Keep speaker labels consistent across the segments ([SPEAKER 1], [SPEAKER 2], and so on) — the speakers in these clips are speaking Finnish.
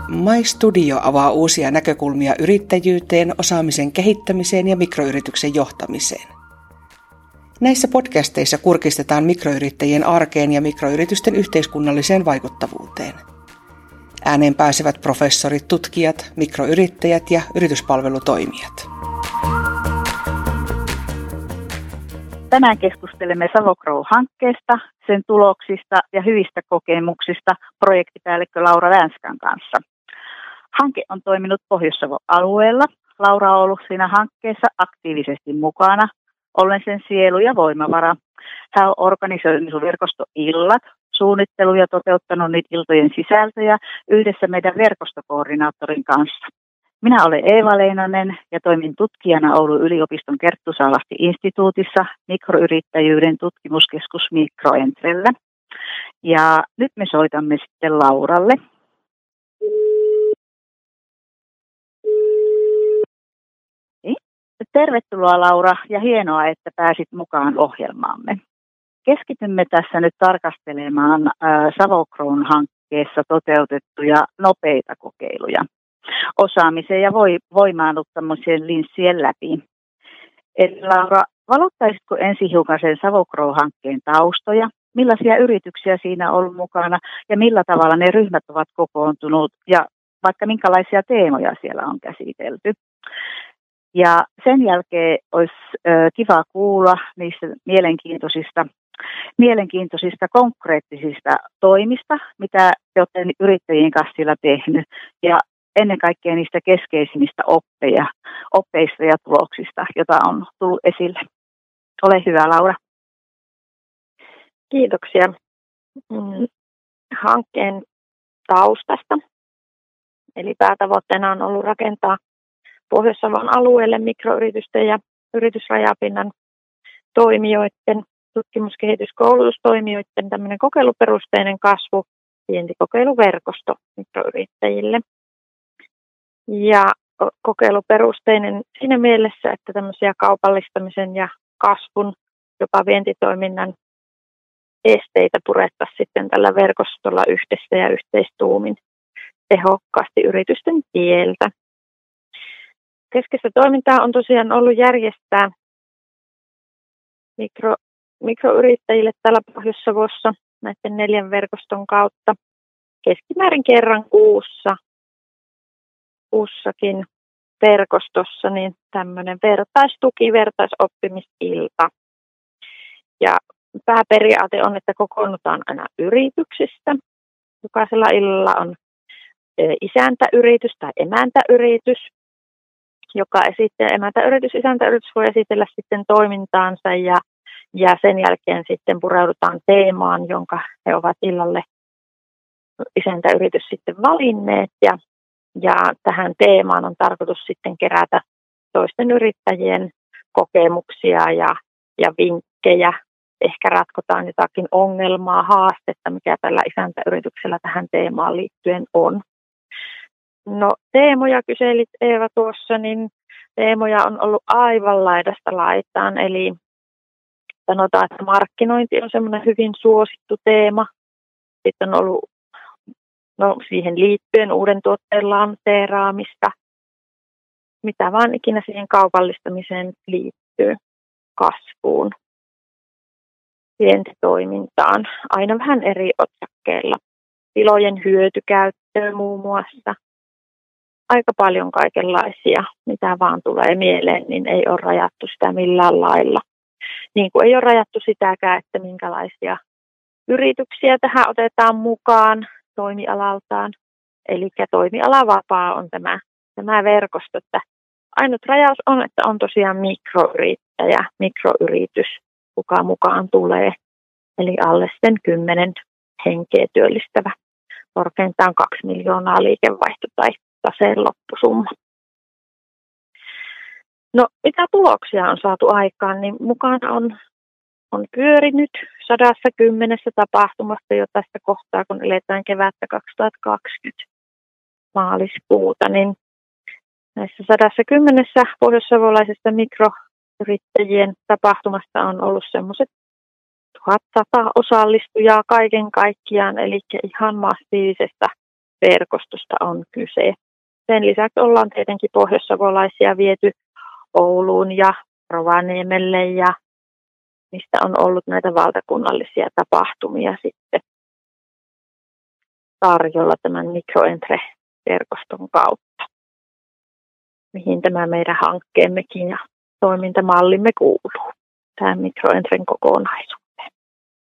[SPEAKER 1] My Studio avaa uusia näkökulmia yrittäjyyteen, osaamisen kehittämiseen ja mikroyrityksen johtamiseen. Näissä podcasteissa kurkistetaan mikroyrittäjien arkeen ja mikroyritysten yhteiskunnalliseen vaikuttavuuteen. Ääneen pääsevät professorit, tutkijat, mikroyrittäjät ja yrityspalvelutoimijat.
[SPEAKER 2] Tänään keskustelemme SavoGrow-hankkeesta, sen tuloksista ja hyvistä kokemuksista projektipäällikkö Laura Vänskän kanssa. Hanke on toiminut Pohjois-Savon alueella. Laura on ollut siinä hankkeessa aktiivisesti mukana, ollen sen sielu ja voimavara. Hän on organisoinut verkostoillat, suunnittelu ja toteuttanut niitä iltojen sisältöjä yhdessä meidän verkostokoordinaattorin kanssa. Minä olen Eeva Leinonen ja toimin tutkijana Oulun yliopiston Kerttu Saalahti-instituutissa mikroyrittäjyyden tutkimuskeskus Mikroentrellä. Ja nyt me soitamme sitten Lauralle. Tervetuloa Laura ja hienoa, että pääsit mukaan ohjelmaamme. Keskitymme tässä nyt tarkastelemaan SavoGrown hankkeessa toteutettuja nopeita kokeiluja osaamiseen ja voimaannuttamisen linssien läpi. Eli Laura, valottaisitko ensin hiukan sen SavoGrow-hankkeen taustoja, millaisia yrityksiä siinä on ollut mukana ja millä tavalla ne ryhmät ovat kokoontunut ja vaikka minkälaisia teemoja siellä on käsitelty. Ja sen jälkeen olisi kiva kuulla niistä mielenkiintoisista konkreettisista toimista, mitä te olette yrittäjien kanssa siellä tehnyt, ja ennen kaikkea niistä keskeisimmistä oppeista ja tuloksista, joita on tullut esille. Ole hyvä, Laura.
[SPEAKER 3] Kiitoksia hankkeen taustasta. Eli päätavoitteena on ollut rakentaa Pohjois-Savon alueelle mikroyritysten ja yritysrajapinnan toimijoiden, tutkimuskoulutustoimijoiden tämmöinen kokeiluperusteinen kasvu, vientikokeiluverkosto mikroyrittäjille. Ja kokeiluperusteinen siinä mielessä, että tämmöisiä kaupallistamisen ja kasvun, jopa vientitoiminnan esteitä purettaisiin sitten tällä verkostolla yhdessä ja yhteistuumin tehokkaasti yritysten tieltä. Keskeistä toimintaa on tosiaan ollut järjestää mikroyrittäjille täällä Pohjois-Savossa näiden 4 verkoston kautta keskimäärin kerran kuussakin verkostossa niin tämmöinen vertaisoppimisilta. Ja pääperiaate on, että kokoonnutaan aina yrityksistä. Jokaisella illalla on isäntäyritys tai emäntäyritys, joka isäntäyritys voi esitellä sitten toimintaansa ja sen jälkeen sitten pureudutaan teemaan, jonka he ovat illalle isäntäyritys sitten valinneet ja tähän teemaan on tarkoitus sitten kerätä toisten yrittäjien kokemuksia ja vinkkejä. Ehkä ratkotaan jotakin ongelmaa, haastetta, mikä tällä isäntäyrityksellä tähän teemaan liittyen on. No teemoja kyselit Eeva tuossa, niin teemoja on ollut aivan laidasta laitaan, eli sanotaan, että markkinointi on semmoinen hyvin suosittu teema. Sitten on ollut siihen liittyen uuden tuotteen lanseeraamista, mitä vaan ikinä siihen kaupallistamiseen liittyy, kasvuun, vientitoimintaan, aina vähän eri otsakkeilla. Tilojen hyötykäyttöä muun muassa. Aika paljon kaikenlaisia, mitä vaan tulee mieleen, niin ei ole rajattu sitä millään lailla. Niin kuin ei ole rajattu sitäkään, että minkälaisia yrityksiä tähän otetaan mukaan toimialaltaan. Eli toimialavapaa on tämä verkosto. Että ainut rajaus on, että on tosiaan mikroyrittäjä, mikroyritys, kuka mukaan tulee. Eli alle sen 10 henkeä työllistävä. Korkeintaan 2 miljoonaa liikevaihto tai taseen loppusumma. No, mitä tuloksia on saatu aikaan, niin mukana on pyörinyt 110 tapahtumasta jo tästä kohtaa, kun eletään kevättä 2020 maaliskuuta, niin näissä 110 pohjois-savolaisesta mikroyrittäjien tapahtumasta on ollut semmoiset 1100 osallistujaa kaiken kaikkiaan, eli ihan massiivisesta verkostosta on kyse. Sen lisäksi ollaan tietenkin pohjoissavolaisia viety Ouluun ja Rovaniemelle ja mistä on ollut näitä valtakunnallisia tapahtumia sitten tarjolla tämän Microentre-verkoston kautta, mihin tämä meidän hankkeemmekin ja toimintamallimme kuuluu, tämä Microentren kokonaisuuteen.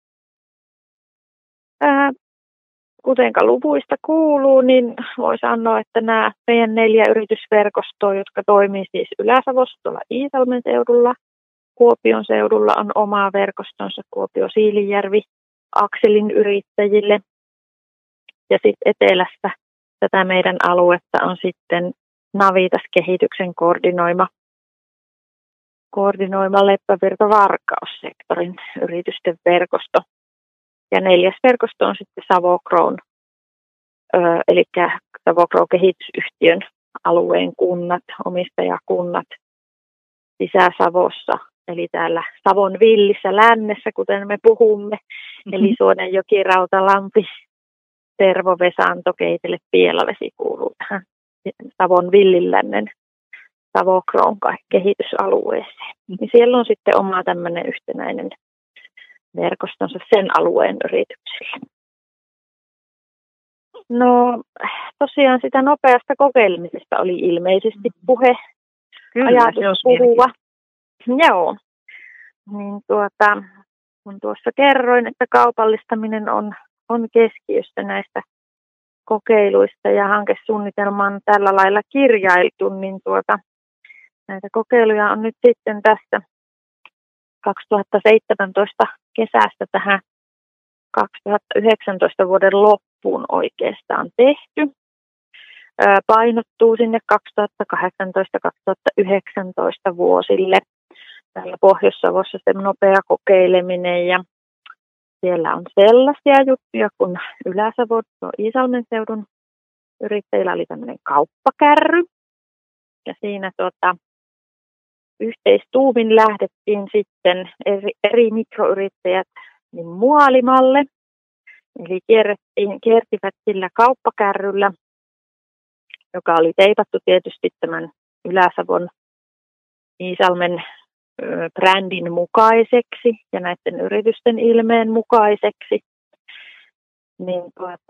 [SPEAKER 3] Kuten luvuista kuuluu, niin voi sanoa, että nämä meidän 4 yritysverkostoa, jotka toimii siis Ylä-Savossa tuolla Iisalmen seudulla, Kuopion seudulla on oma verkostonsa Kuopio-Siilinjärvi akselin yrittäjille. Ja sitten etelässä tätä meidän aluetta on sitten Navitas-kehityksen koordinoima Leppävirta-Varkaus-sektorin yritysten verkosto. Ja 4. verkosto on sitten Savo-Crown, eli Savo-Crown-kehitysyhtiön alueen kunnat, omistajakunnat Sisä-Savossa, eli täällä Savon villissä lännessä, kuten me puhumme, eli Suonenjoki, Rautalampi, Tervo, Vesanto, Keitele, Pielavesi kuuluu tähän Savon villilännen Savo-Crown kehitysalueeseen. Niin siellä on sitten oma tämmöinen yhtenäinen verkostonsa sen alueen yrityksille. No tosiaan sitä nopeasta kokeilemisesta oli ilmeisesti puhe.
[SPEAKER 2] Kyllä,
[SPEAKER 3] ajatus puhua. Joo. Niin kun tuossa kerroin, että kaupallistaminen on keskiössä näistä kokeiluista ja hankesuunnitelma on tällä lailla kirjailtu, niin näitä kokeiluja on nyt sitten tästä 2017 kesästä tähän 2019 vuoden loppuun oikeastaan tehty. Painottuu sinne 2018-2019 vuosille. Täällä Pohjois-Savossa se nopea kokeileminen ja siellä on sellaisia juttuja, kun Ylä-Savon Iisalmen seudun yrittäjillä oli tämmöinen kauppakärry. Ja siinä yhteistuumin lähdettiin sitten eri mikroyrittäjät niin Mualimalle. Eli kiertivät sillä kauppakärryllä, joka oli teipattu tietysti tämän Ylä-Savon Iisalmen brändin mukaiseksi ja näiden yritysten ilmeen mukaiseksi. Niin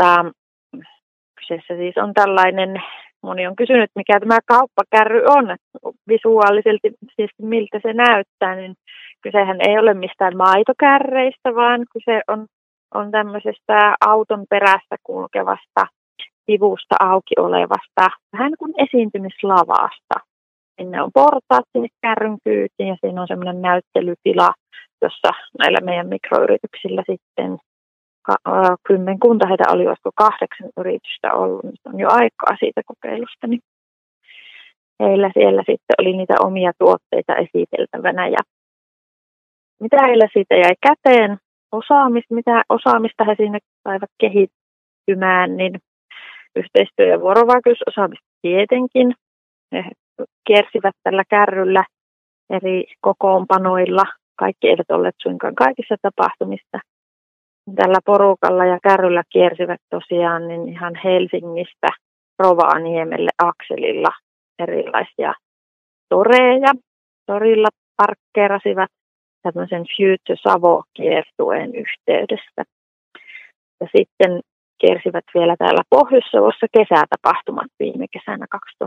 [SPEAKER 3] kyseessä siis on tällainen, moni on kysynyt, mikä tämä kauppakärry on, visuaalisesti siis miltä se näyttää, niin kysehän ei ole mistään maitokärreistä, vaan kyse on tämmöisestä auton perässä kulkevasta, sivusta auki olevasta, vähän kuin esiintymislavasta. Sinne on portaat sinne kärryn kyytiin ja siinä on semmoinen näyttelytila, jossa näillä meidän mikroyrityksillä sitten kymmenkunta, heitä oli olisiko 8 yritystä ollut, nyt on jo aikaa siitä kokeilusta, niin heillä siellä sitten oli niitä omia tuotteita esiteltävänä ja mitä heillä siitä jäi käteen, mitä osaamista he siinä saivat kehittymään, niin yhteistyö- ja vuorovaikutusosaamista tietenkin. He kiersivät tällä kärryllä eri kokoonpanoilla. Kaikki eivät olleet suinkaan kaikissa tapahtumissa. Tällä porukalla ja kärryllä kiersivät tosiaan niin ihan Helsingistä Rovaniemelle akselilla erilaisia toreja. Torilla parkkeerasivat tämmöisen Future Savo-kiertueen yhteydessä. Ja sitten kiersivät vielä täällä Pohjois-Savossa kesätapahtumat viime kesänä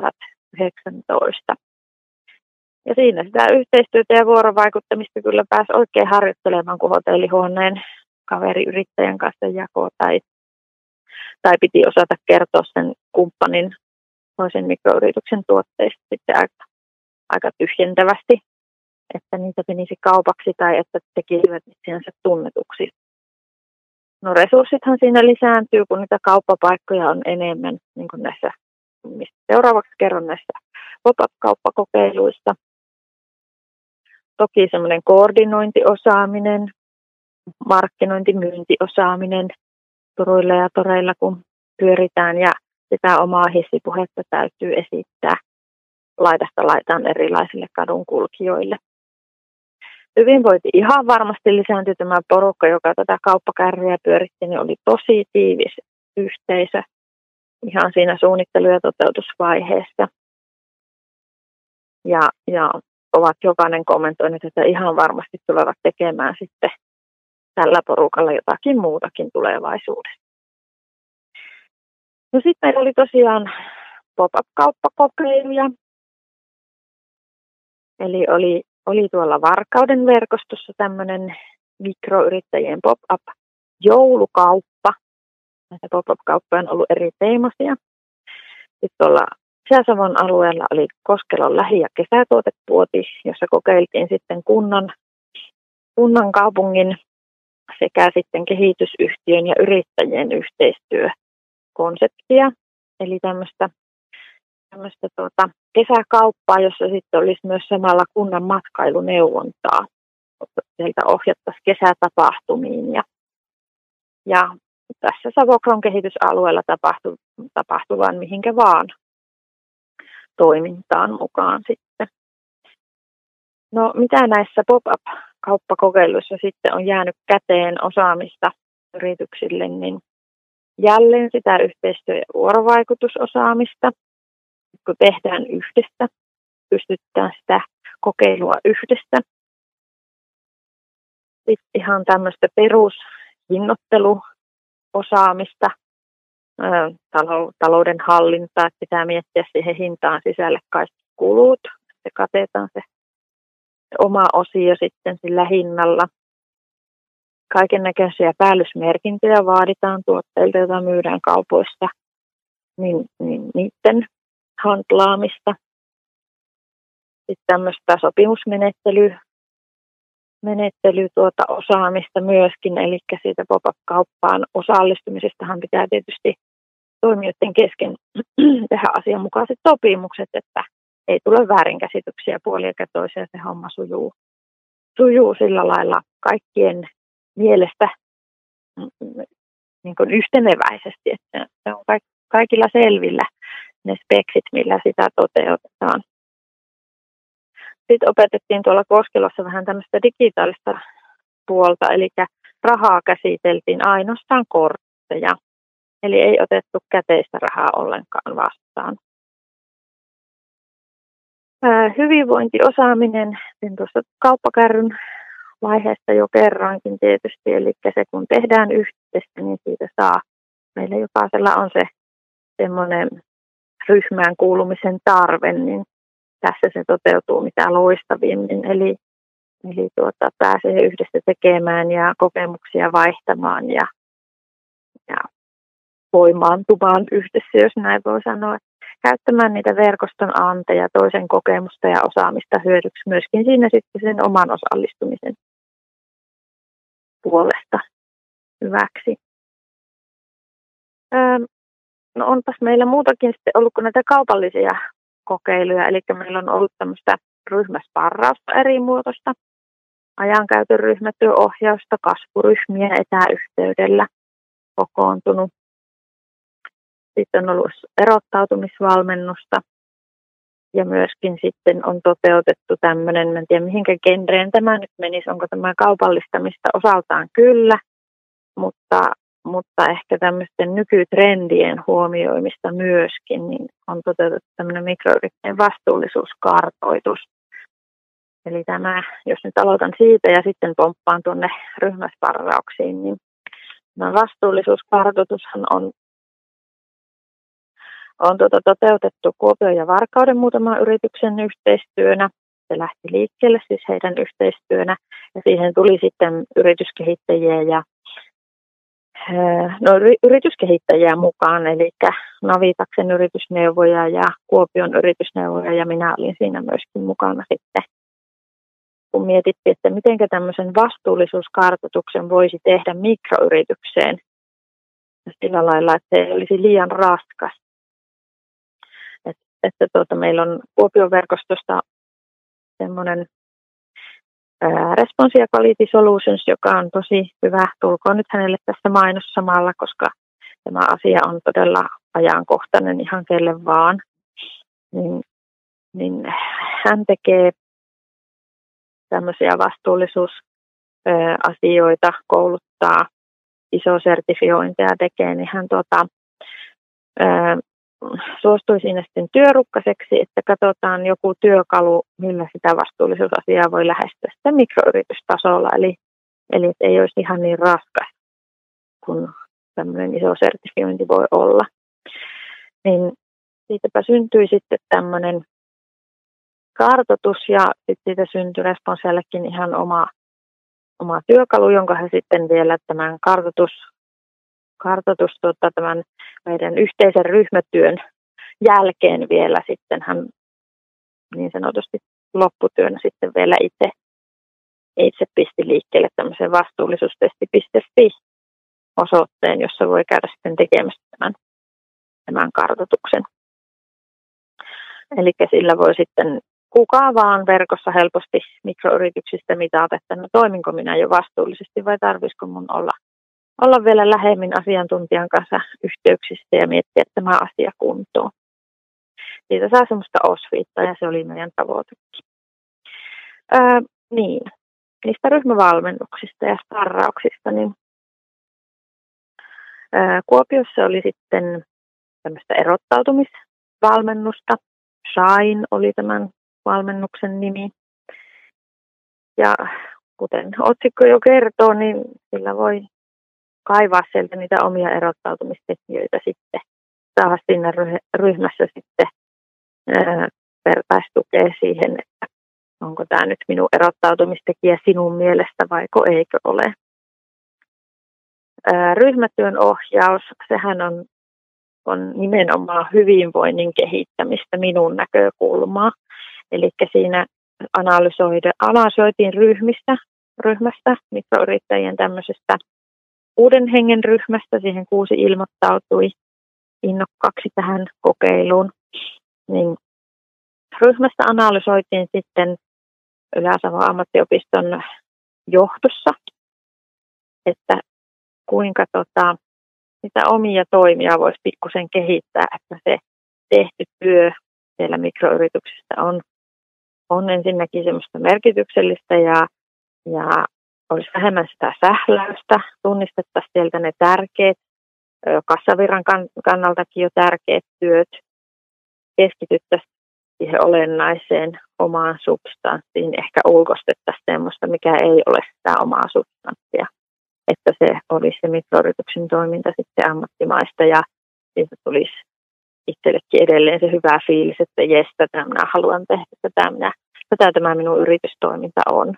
[SPEAKER 3] 2019. Ja siinä sitä yhteistyötä ja vuorovaikuttamista kyllä pääsi oikein harjoittelemaan, kun hotellihuoneen kaveriyrittäjän kanssa jakoo tai piti osata kertoa sen kumppanin toisen mikroyrityksen tuotteista sitten aika tyhjentävästi, että niitä menisi kaupaksi tai että tekisivät itseänsä tunnetuksi. No resurssithan siinä lisääntyy, kun niitä kauppapaikkoja on enemmän, niin kuin näissä, mistä seuraavaksi kerron näissä pop-up-kauppakokeiluista. Toki semmoinen koordinointiosaaminen, markkinointimyyntiosaaminen turuilla ja toreilla, kun pyöritään ja sitä omaa hissipuhetta täytyy esittää laidasta laitaan erilaisille kadunkulkijoille. Hyvinvointi ihan varmasti lisääntyi. Tämä porukka, joka tätä kauppakärryä pyöritti, niin oli tosi tiivis yhteisö. ihan siinä suunnittelu- ja toteutusvaiheessa. Ja ovat jokainen kommentoineet, että ihan varmasti tulevat tekemään sitten tällä porukalla jotakin muutakin tulevaisuudessa. No sitten meillä oli tosiaan pop-up-kauppakokeiluja. Eli oli tuolla Varkauden verkostossa tämmöinen mikroyrittäjien pop-up-joulukauppa. Näitä pop-up-kauppoja on ollut eri teemaisia. Sitten tuolla Itä-Savon alueella oli Koskelon lähi- ja kesätuotepuoti, jossa kokeiltiin sitten kunnan kaupungin sekä sitten kehitysyhtiön ja yrittäjien yhteistyökonseptia. Eli tämmöistä kesäkauppaa, jossa sitten olisi myös samalla kunnan matkailuneuvontaa. Sieltä ohjattaisiin kesätapahtumiin ja tässä Savokron kehitysalueella tapahtuvan mihinkä vaan toimintaan mukaan sitten. No mitä näissä pop-up-kauppakokeiluissa sitten on jäänyt käteen osaamista yrityksille, niin jälleen sitä yhteistyö- ja vuorovaikutusosaamista. Kun tehdään yhdessä, pystytään sitä kokeilua yhdessä. Sitten ihan tämmöistä perushinnoitteluosaamista, talouden hallintaa, että pitää miettiä siihen hintaan sisälle kaikki kulut. Se katetaan se oma osio sitten sillä hinnalla. Kaiken näköisiä päällysmerkintöjä vaaditaan tuotteilta, joita myydään kaupoista, niin niiden handlaamista. Sitten tämmöistä sopimusmenettelyä osaamista myöskin, eli siitä pop-up-kauppaan osallistumisestahan pitää tietysti toimijoiden kesken tehdä asianmukaiset sopimukset, että ei tule väärinkäsityksiä puolin eikä toiseen, se homma sujuu sillä lailla kaikkien mielestä niin kuin yhteneväisesti, että se on kaikilla selvillä ne speksit, millä sitä toteutetaan. Sitten opetettiin tuolla Koskelossa vähän tämmöistä digitaalista puolta, eli rahaa käsiteltiin ainoastaan kortteja, eli ei otettu käteistä rahaa ollenkaan vastaan. Hyvinvointiosaaminen, tuossa kauppakärryn vaiheesta jo kerroinkin tietysti, eli se kun tehdään yhteistä, niin siitä saa. Meillä jokaisella on se semmoinen ryhmään kuulumisen tarve, niin tässä se toteutuu mitä loistavimmin, eli pääsee yhdessä tekemään ja kokemuksia vaihtamaan ja voimaantumaan yhdessä, jos näin voi sanoa. Käyttämään niitä verkoston anteja, toisen kokemusta ja osaamista hyödyksi myöskin siinä sitten sen oman osallistumisen puolesta hyväksi. No onpas meillä muutakin sitten ollut kuin näitä kaupallisia kokeiluja, eli meillä on ollut tämmöistä ryhmäsparrausta eri muotoista, ajankäytön ryhmätyöohjausta, kasvuryhmiä etäyhteydellä kokoontunut. Sitten on ollut erottautumisvalmennusta ja myöskin sitten on toteutettu tämmöinen, en tiedä mihinkä genreen tämä nyt menisi, onko tämä kaupallistamista osaltaan kyllä, mutta ehkä tämmöisten nykytrendien huomioimista myöskin, niin on toteutettu tämmöinen mikroyrittäjien vastuullisuuskartoitus. Eli tämä, jos nyt aloitan siitä ja sitten pomppaan tuonne ryhmäsparrauksiin, niin tämä vastuullisuuskartoitushan on toteutettu Kuopion ja Varkauden muutaman yrityksen yhteistyönä. Se lähti liikkeelle siis heidän yhteistyönä ja siihen tuli sitten yrityskehittäjiä mukaan, eli Navitaksen yritysneuvoja ja Kuopion yritysneuvoja ja minä olin siinä myöskin mukana sitten, kun mietittiin, että miten tämmöisen vastuullisuuskartoituksen voisi tehdä mikroyritykseen sillä lailla, että se ei olisi liian raskas. Että meillä on Kuopion verkostosta semmoinen Response Quality Solutions, joka on tosi hyvä. Tulkoon nyt hänelle tässä mainos samalla, koska tämä asia on todella ajankohtainen ihan kelle vaan. Niin hän tekee tämmöisiä vastuullisuusasioita, kouluttaa, ISO-sertifiointeja tekee, niin hän suostui siinä sitten työrukkaseksi, että katsotaan joku työkalu, millä sitä vastuullisuusasiaa voi lähestyä sitä mikroyritystasolla. Eli että ei olisi ihan niin raskas, kun tämmöinen iso sertifiointi voi olla. Niin siitäpä syntyi sitten tämmöinen kartoitus ja sitten siitä syntyi Responsellekin ihan oma työkalu, jonka he sitten vielä tämän kartoitus tämän meidän yhteisen ryhmätyön jälkeen vielä sitten hän niin sanotusti lopputyönä sitten vielä itse pisti liikkeelle tämmöisen vastuullisuustesti.fi-osoitteen, jossa voi käydä sitten tekemässä tämän kartoituksen. Eli sillä voi sitten kuka vaan verkossa helposti mikroyrityksistä mitata, että no toiminko minä jo vastuullisesti vai tarvitsisiko mun olla vielä lähemmin asiantuntijan kanssa yhteyksissä ja miettiä tämä asia kuntoon. Siitä saa semmoista osviittaa ja se oli meidän tavoitekin. Niin, niistä ryhmävalmennuksista ja starrauksista, niin Kuopiossa oli sitten tämmöistä erottautumisvalmennusta. Shine oli tämän valmennuksen nimi. Ja kuten otsikko jo kertoo, niin sillä voi kaivaa sieltä niitä omia erottautumistekijöitä sitten. Saada siinä ryhmässä sitten vertaistukea siihen, että onko tämä nyt minun erottautumistekijä sinun mielestä vaiko eikö ole. Ryhmätyön ohjaus, sehän on nimenomaan hyvinvoinnin kehittämistä minun näkökulmaa. Eli siinä analysoitiin ryhmästä, mikroyrittäjien tämmöisestä uuden hengen ryhmästä. Siihen 6 ilmoittautui innokkaaksi tähän kokeiluun. Niin ryhmästä analysoitiin sitten Ylä-Savon ammattiopiston johdossa, että kuinka niitä omia toimia voisi pikkusen kehittää, että se tehty työ siellä mikroyrityksessä on ensinnäkin semmoista merkityksellistä ja olisi vähemmän sitä sähläystä, tunnistettaisiin sieltä ne tärkeät, kassavirran kannaltakin jo tärkeät työt, keskityttäisiin siihen olennaiseen omaan substanssiin, ehkä ulkostettaisiin semmoista, mikä ei ole sitä omaa substanssia, että se olisi se mikroyrityksen toiminta sitten ammattimaista ja siitä tulisi itsellekin edelleen se hyvä fiilis, että jes, tätä minä haluan tehdä, tätä tämä minun yritystoiminta on.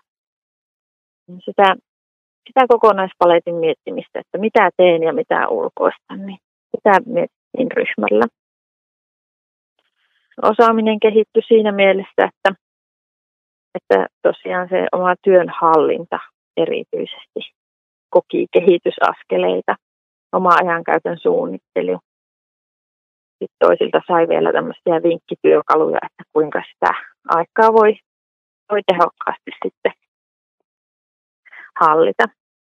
[SPEAKER 3] Sitä kokonaispaletin miettimistä, että mitä teen ja mitä ulkoistan, niin sitä mietittiin ryhmällä. Osaaminen kehittyi siinä mielessä, että tosiaan se oma työnhallinta erityisesti koki kehitysaskeleita, oma ajankäytön suunnittelu. Sitten toisilta sai vielä tämmöisiä vinkkityökaluja, että kuinka sitä aikaa voi tehokkaasti sitten hallita.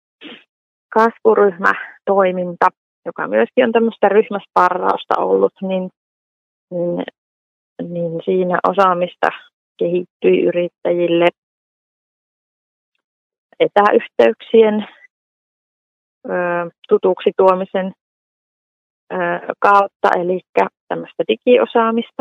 [SPEAKER 3] Kasvuryhmätoiminta, joka myöskin on tämmöistä ryhmäsparrausta ollut, niin siinä osaamista kehittyi yrittäjille etäyhteyksien tutuksi tuomisen kautta, eli tämmöistä digiosaamista.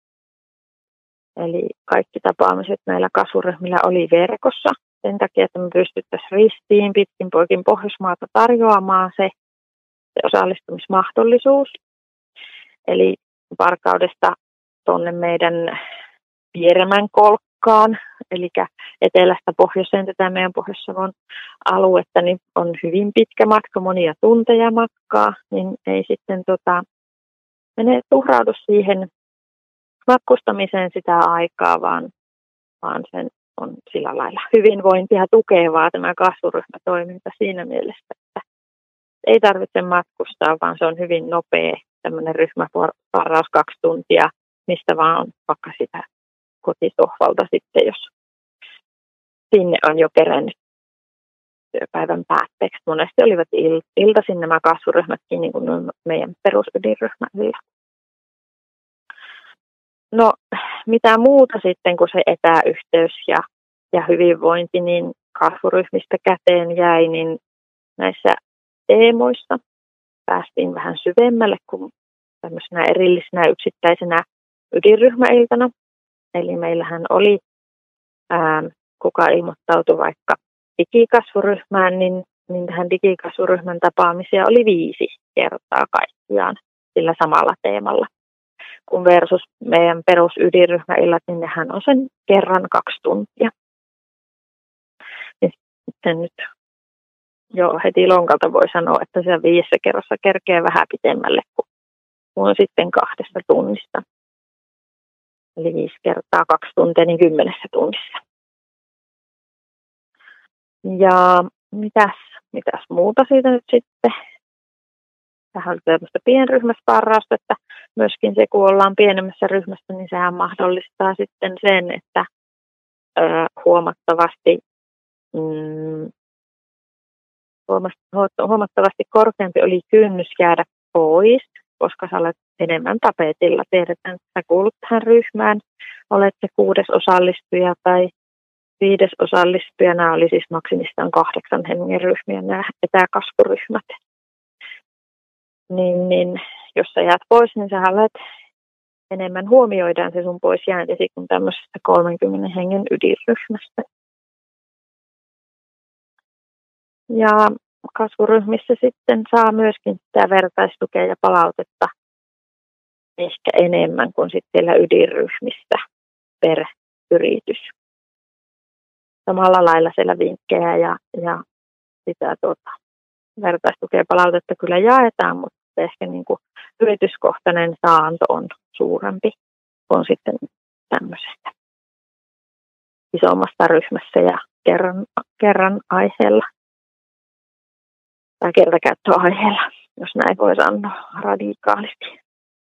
[SPEAKER 3] Eli kaikki tapaamiset näillä kasvuryhmillä oli verkossa. Sen takia, että me pystyttäisiin ristiin pitkin poikin Pohjoismaata tarjoamaan se osallistumismahdollisuus. Eli Varkaudesta tuonne meidän Vieremän kolkkaan, eli etelästä pohjoiseen tätä meidän Pohjois-Savon aluetta, niin on hyvin pitkä matka, monia tunteja matkaa, niin ei sitten mene tuhraudu siihen matkustamiseen sitä aikaa, vaan sen on sillä lailla hyvinvointia tukevaa tämä kasvuryhmätoiminta siinä mielessä, että ei tarvitse matkustaa, vaan se on hyvin nopea tämmöinen ryhmäparraus 2 tuntia, mistä vaan on vaikka sitä kotisohvalta sitten, jos sinne on jo kerännyt työpäivän päätteeksi. Monesti olivat iltaisin nämä kasvuryhmätkin, niin kuin meidän perusydinryhmällä. No, mitä muuta sitten kuin se etäyhteys ja hyvinvointi, niin kasvuryhmistä käteen jäi, niin näissä teemoissa päästiin vähän syvemmälle, kun tämmöisenä erillisenä yksittäisenä ydinryhmäiltana. Eli meillähän oli, kuka ilmoittautui vaikka digikasvuryhmään, niin tähän digikasvuryhmän tapaamisia oli 5 kertaa kaikkiaan sillä samalla teemalla. Kun versus meidän perusydinryhmäillat, niin nehän on sen kerran 2 tuntia. Sitten nyt jo heti lonkalta voi sanoa, että siellä 5 kerrassa kerkee vähän pitemmälle kuin sitten 2 tunnista. Eli 5 kertaa 2 tuntia, niin 10 tunnissa. Ja mitäs muuta siitä nyt sitten? Tähän oli tämmöistä pienryhmäsparrausta, että myöskin se, kun ollaan pienemmässä ryhmässä, niin sehän mahdollistaa sitten sen, että huomattavasti korkeampi oli kynnys jäädä pois, koska sä olet enemmän tapetilla. Tiedetään, että sä kuulut tähän ryhmään, olet se 6. osallistuja tai 5. osallistuja. Nämä oli siis maksimissaan 8 hengen ryhmiä, nämä etäkasvuryhmät. Niin jos sä jäät pois, niin sä olet enemmän huomioidaan se sun pois jääntesi kuin tämmöisestä 30 hengen ydinryhmästä. Ja kasvuryhmissä sitten saa myöskin sitä vertaistukea ja palautetta ehkä enemmän kuin sitten siellä ydinryhmistä per yritys. Samalla lailla siellä vinkkejä ja sitä vertaistukea ja palautetta kyllä jaetaan, mutta ehkä niin kuin yrityskohtainen saanto on suurempi kuin sitten tämmöisestä isommasta ryhmässä ja kerran aiheella tai kertakäyttöaiheella, jos näin voi sanoa radikaalisti.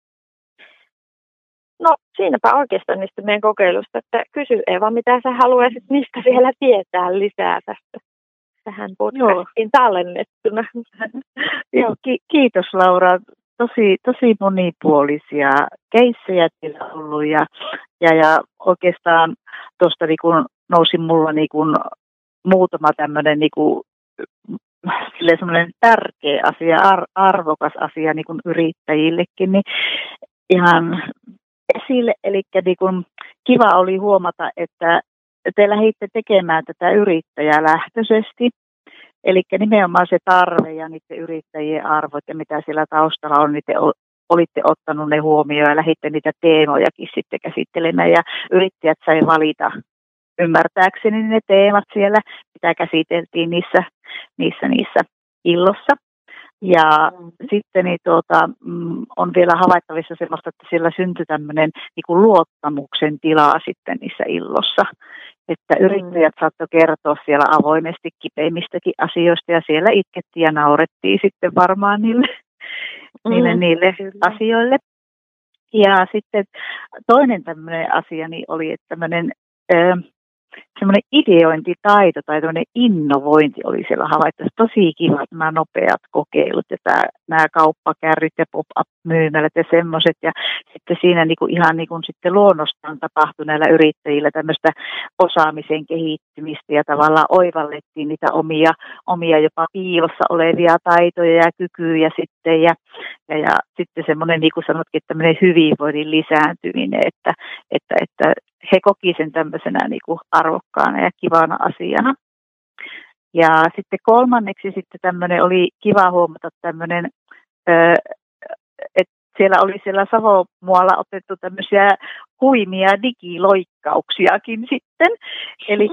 [SPEAKER 3] No siinäpä oikeastaan niistä meidän kokeilusta, että kysy Eeva, mitä sä haluaisit niistä vielä tietää lisää tähän podcastiin tallennettuna.
[SPEAKER 2] Joo, kiitos Laura. Tosi monipuolisia keissejä teillä on ollut ja oikeastaan tuosta niin kun nousi mulla niin kun muutama tämmöinen niin kun semmoinen tärkeä asia, arvokas asia niin kun yrittäjillekin, niin ihan esille. Eli niin kun kiva oli huomata, että te lähditte tekemään tätä yrittäjälähtöisesti. Eli nimenomaan se tarve ja niiden yrittäjien arvot ja mitä siellä taustalla on, niin te olitte ottanut ne huomioon ja lähditte niitä teemojakin sitten käsittelemään. Ja yrittäjät sai valita ymmärtääkseni ne teemat siellä, mitä käsiteltiin niissä illossa. Ja sitten niin on vielä havaittavissa sellaista, että siellä syntyi tämmöinen niin kuin luottamuksen tilaa sitten niissä illossa. Että yrittäjät saattoi kertoa siellä avoimesti kipeimmistäkin asioista ja siellä itkettiin ja naurettiin sitten varmaan niille asioille. Ja sitten toinen tämmöinen asia niin oli, että semmoinen ideointitaito tai tämmöinen innovointi oli siellä havaittavissa. Tosi kivat nämä nopeat kokeilut ja nämä kauppakärryt ja pop-up-myymälät ja semmoiset. Ja sitten siinä ihan sitten luonnostaan tapahtui näillä yrittäjillä tämmöistä osaamisen kehittymistä ja tavallaan oivallettiin niitä omia jopa piilossa olevia taitoja ja kykyjä sitten. Ja sitten semmoinen, niin kuin sanotkin, tämmöinen hyvinvoinnin lisääntyminen, että he koki sen tämmöisenä niin kuin arvokkaana ja kivana asiana. Ja sitten kolmanneksi sitten tämmöinen oli kiva huomata tämmöinen, että siellä Savomualla otettu tämmöisiä huimia digiloikkauksiakin sitten. Eli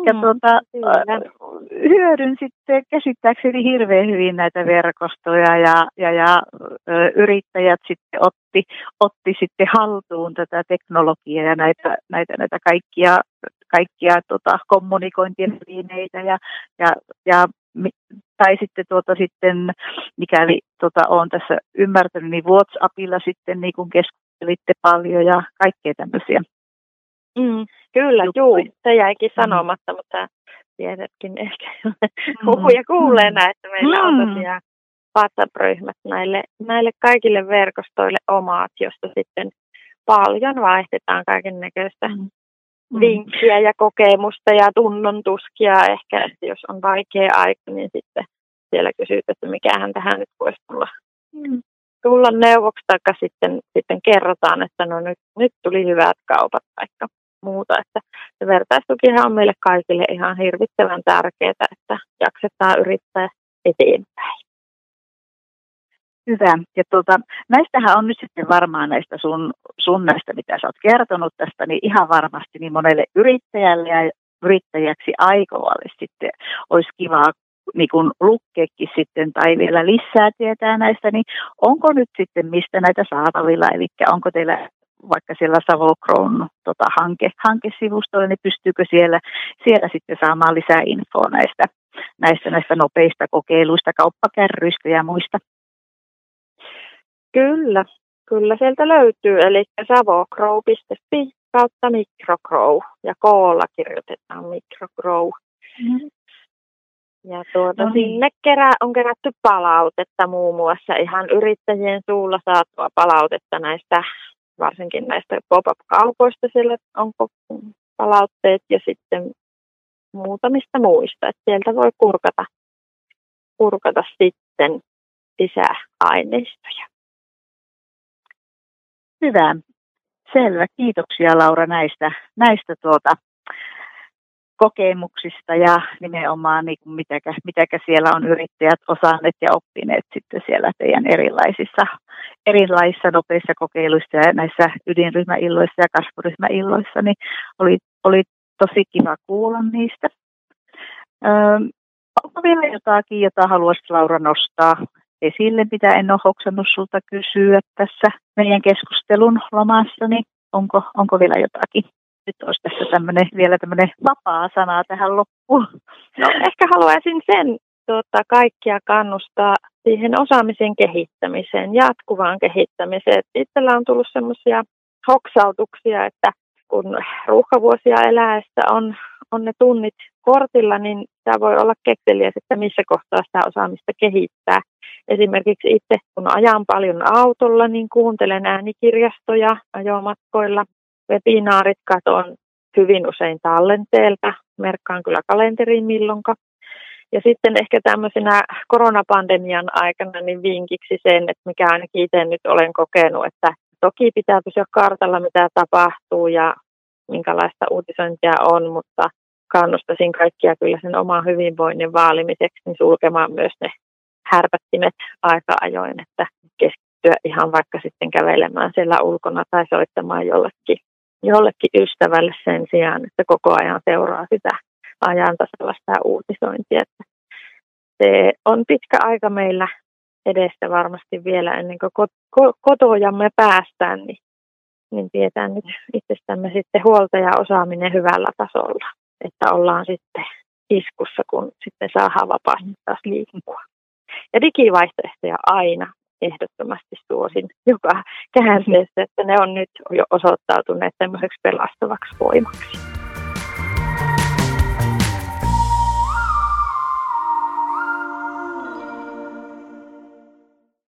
[SPEAKER 2] hyödyn sitten käsittääkseni hirveän hyvin näitä verkostoja ja yrittäjät sitten otti sitten haltuun tätä teknologiaa ja näitä kaikkia kommunikointien välineitä tai sitten mikäli olen tässä ymmärtänyt, niin WhatsAppilla sitten niin kun keskustelitte paljon ja kaikkea tämmöisiä.
[SPEAKER 3] Kyllä, se jäikin sanomatta, mutta tiedätkin ehkä huhuja kuuleena, että meillä on tosiaan WhatsApp-ryhmät näille kaikille verkostoille omat, josta sitten paljon vaihdetaan kaiken näköistä vinkkiä ja kokemusta ja tunnon tuskia. Ehkä, että jos on vaikea aika, niin sitten siellä kysyt, että mikähän tähän nyt voisi tulla tulla neuvoksi tai sitten kerrotaan, että no nyt tuli hyvät kaupat tai muuta. Että se vertaistukihan on meille kaikille ihan hirvittävän tärkeää, että jaksetaan yrittää eteenpäin.
[SPEAKER 2] Hyvä. Ja näistähän on nyt sitten varmaan näistä sun näistä, mitä sä oot kertonut tästä, niin ihan varmasti niin monelle yrittäjälle ja yrittäjäksi aikovalle sitten olisi kiva niin kun lukkeekin sitten tai vielä lisää tietää näistä, niin onko nyt sitten mistä näitä saatavilla, eli onko teillä vaikka siellä SavoCrown hankesivustoilla, niin pystyykö siellä sitten saamaan lisää infoa näistä nopeista kokeiluista, kauppakärryistä ja muista?
[SPEAKER 3] Kyllä sieltä löytyy, eli savocrow.fi/microcrow ja koolla kirjoitetaan microcrow. Ja sinne on kerätty palautetta muun muassa ihan yrittäjien suulla saatua palautetta näistä, varsinkin näistä pop-up-kaupoista siellä on palautteet ja sitten muutamista muista, että sieltä voi kurkata sitten lisää aineistoja.
[SPEAKER 2] Hyvä. Selvä. Kiitoksia Laura näistä kokemuksista ja nimenomaan niin kuin mitäkä siellä on yrittäjät osanneet ja oppineet sitten siellä teidän erilaisissa nopeissa kokeiluissa ja näissä ydinryhmäilloissa ja kasvuryhmäilloissa, niin oli tosi kiva kuulla niistä. Onko vielä jotakin, jota haluaisit Laura nostaa esille, mitä en ole hoksannut sulta kysyä tässä meidän keskustelun lomassa, niin onko vielä jotakin? Nyt olisi tässä vielä tämmöinen vapaa sana tähän loppuun.
[SPEAKER 3] No ehkä haluaisin sen kaikkia kannustaa siihen osaamisen kehittämiseen, jatkuvaan kehittämiseen. Itsellä on tullut semmoisia hoksautuksia, että kun ruuhkavuosia eläessä on ne tunnit kortilla, niin tämä voi olla kekseliäs, että missä kohtaa sitä osaamista kehittää. Esimerkiksi itse, kun ajan paljon autolla, niin kuuntelen äänikirjastoja ajomatkoilla. Webinaarit katon hyvin usein tallenteelta, merkkaan kyllä kalenteriin milloinka. Ja sitten ehkä tämmöisenä koronapandemian aikana niin vinkiksi sen, että mikä ainakin itse nyt olen kokenut, että toki pitää pysyä kartalla, mitä tapahtuu ja minkälaista uutisointia on, mutta kannustaisin kaikkia kyllä sen oman hyvinvoinnin vaalimiseksi niin sulkemaan myös ne härpättimet aika ajoin, että keskittyä ihan vaikka sitten kävelemään siellä ulkona tai soittamaan jollekin ystävälle sen sijaan, että koko ajan seuraa sitä ajan tasalla sitä uutisointia. Että se on pitkä aika meillä edestä varmasti vielä ennen kuin kotojamme päästään, niin pidetään nyt itsestämme sitten huolta ja osaaminen hyvällä tasolla, että ollaan sitten iskussa, kun sitten saadaan vapaasti taas liikkua. Ja digivaihtoehtoja aina ehdottomasti suosin joka käänteessä, että ne on nyt jo osoittautuneet semmoiseksi pelastavaksi voimaksi.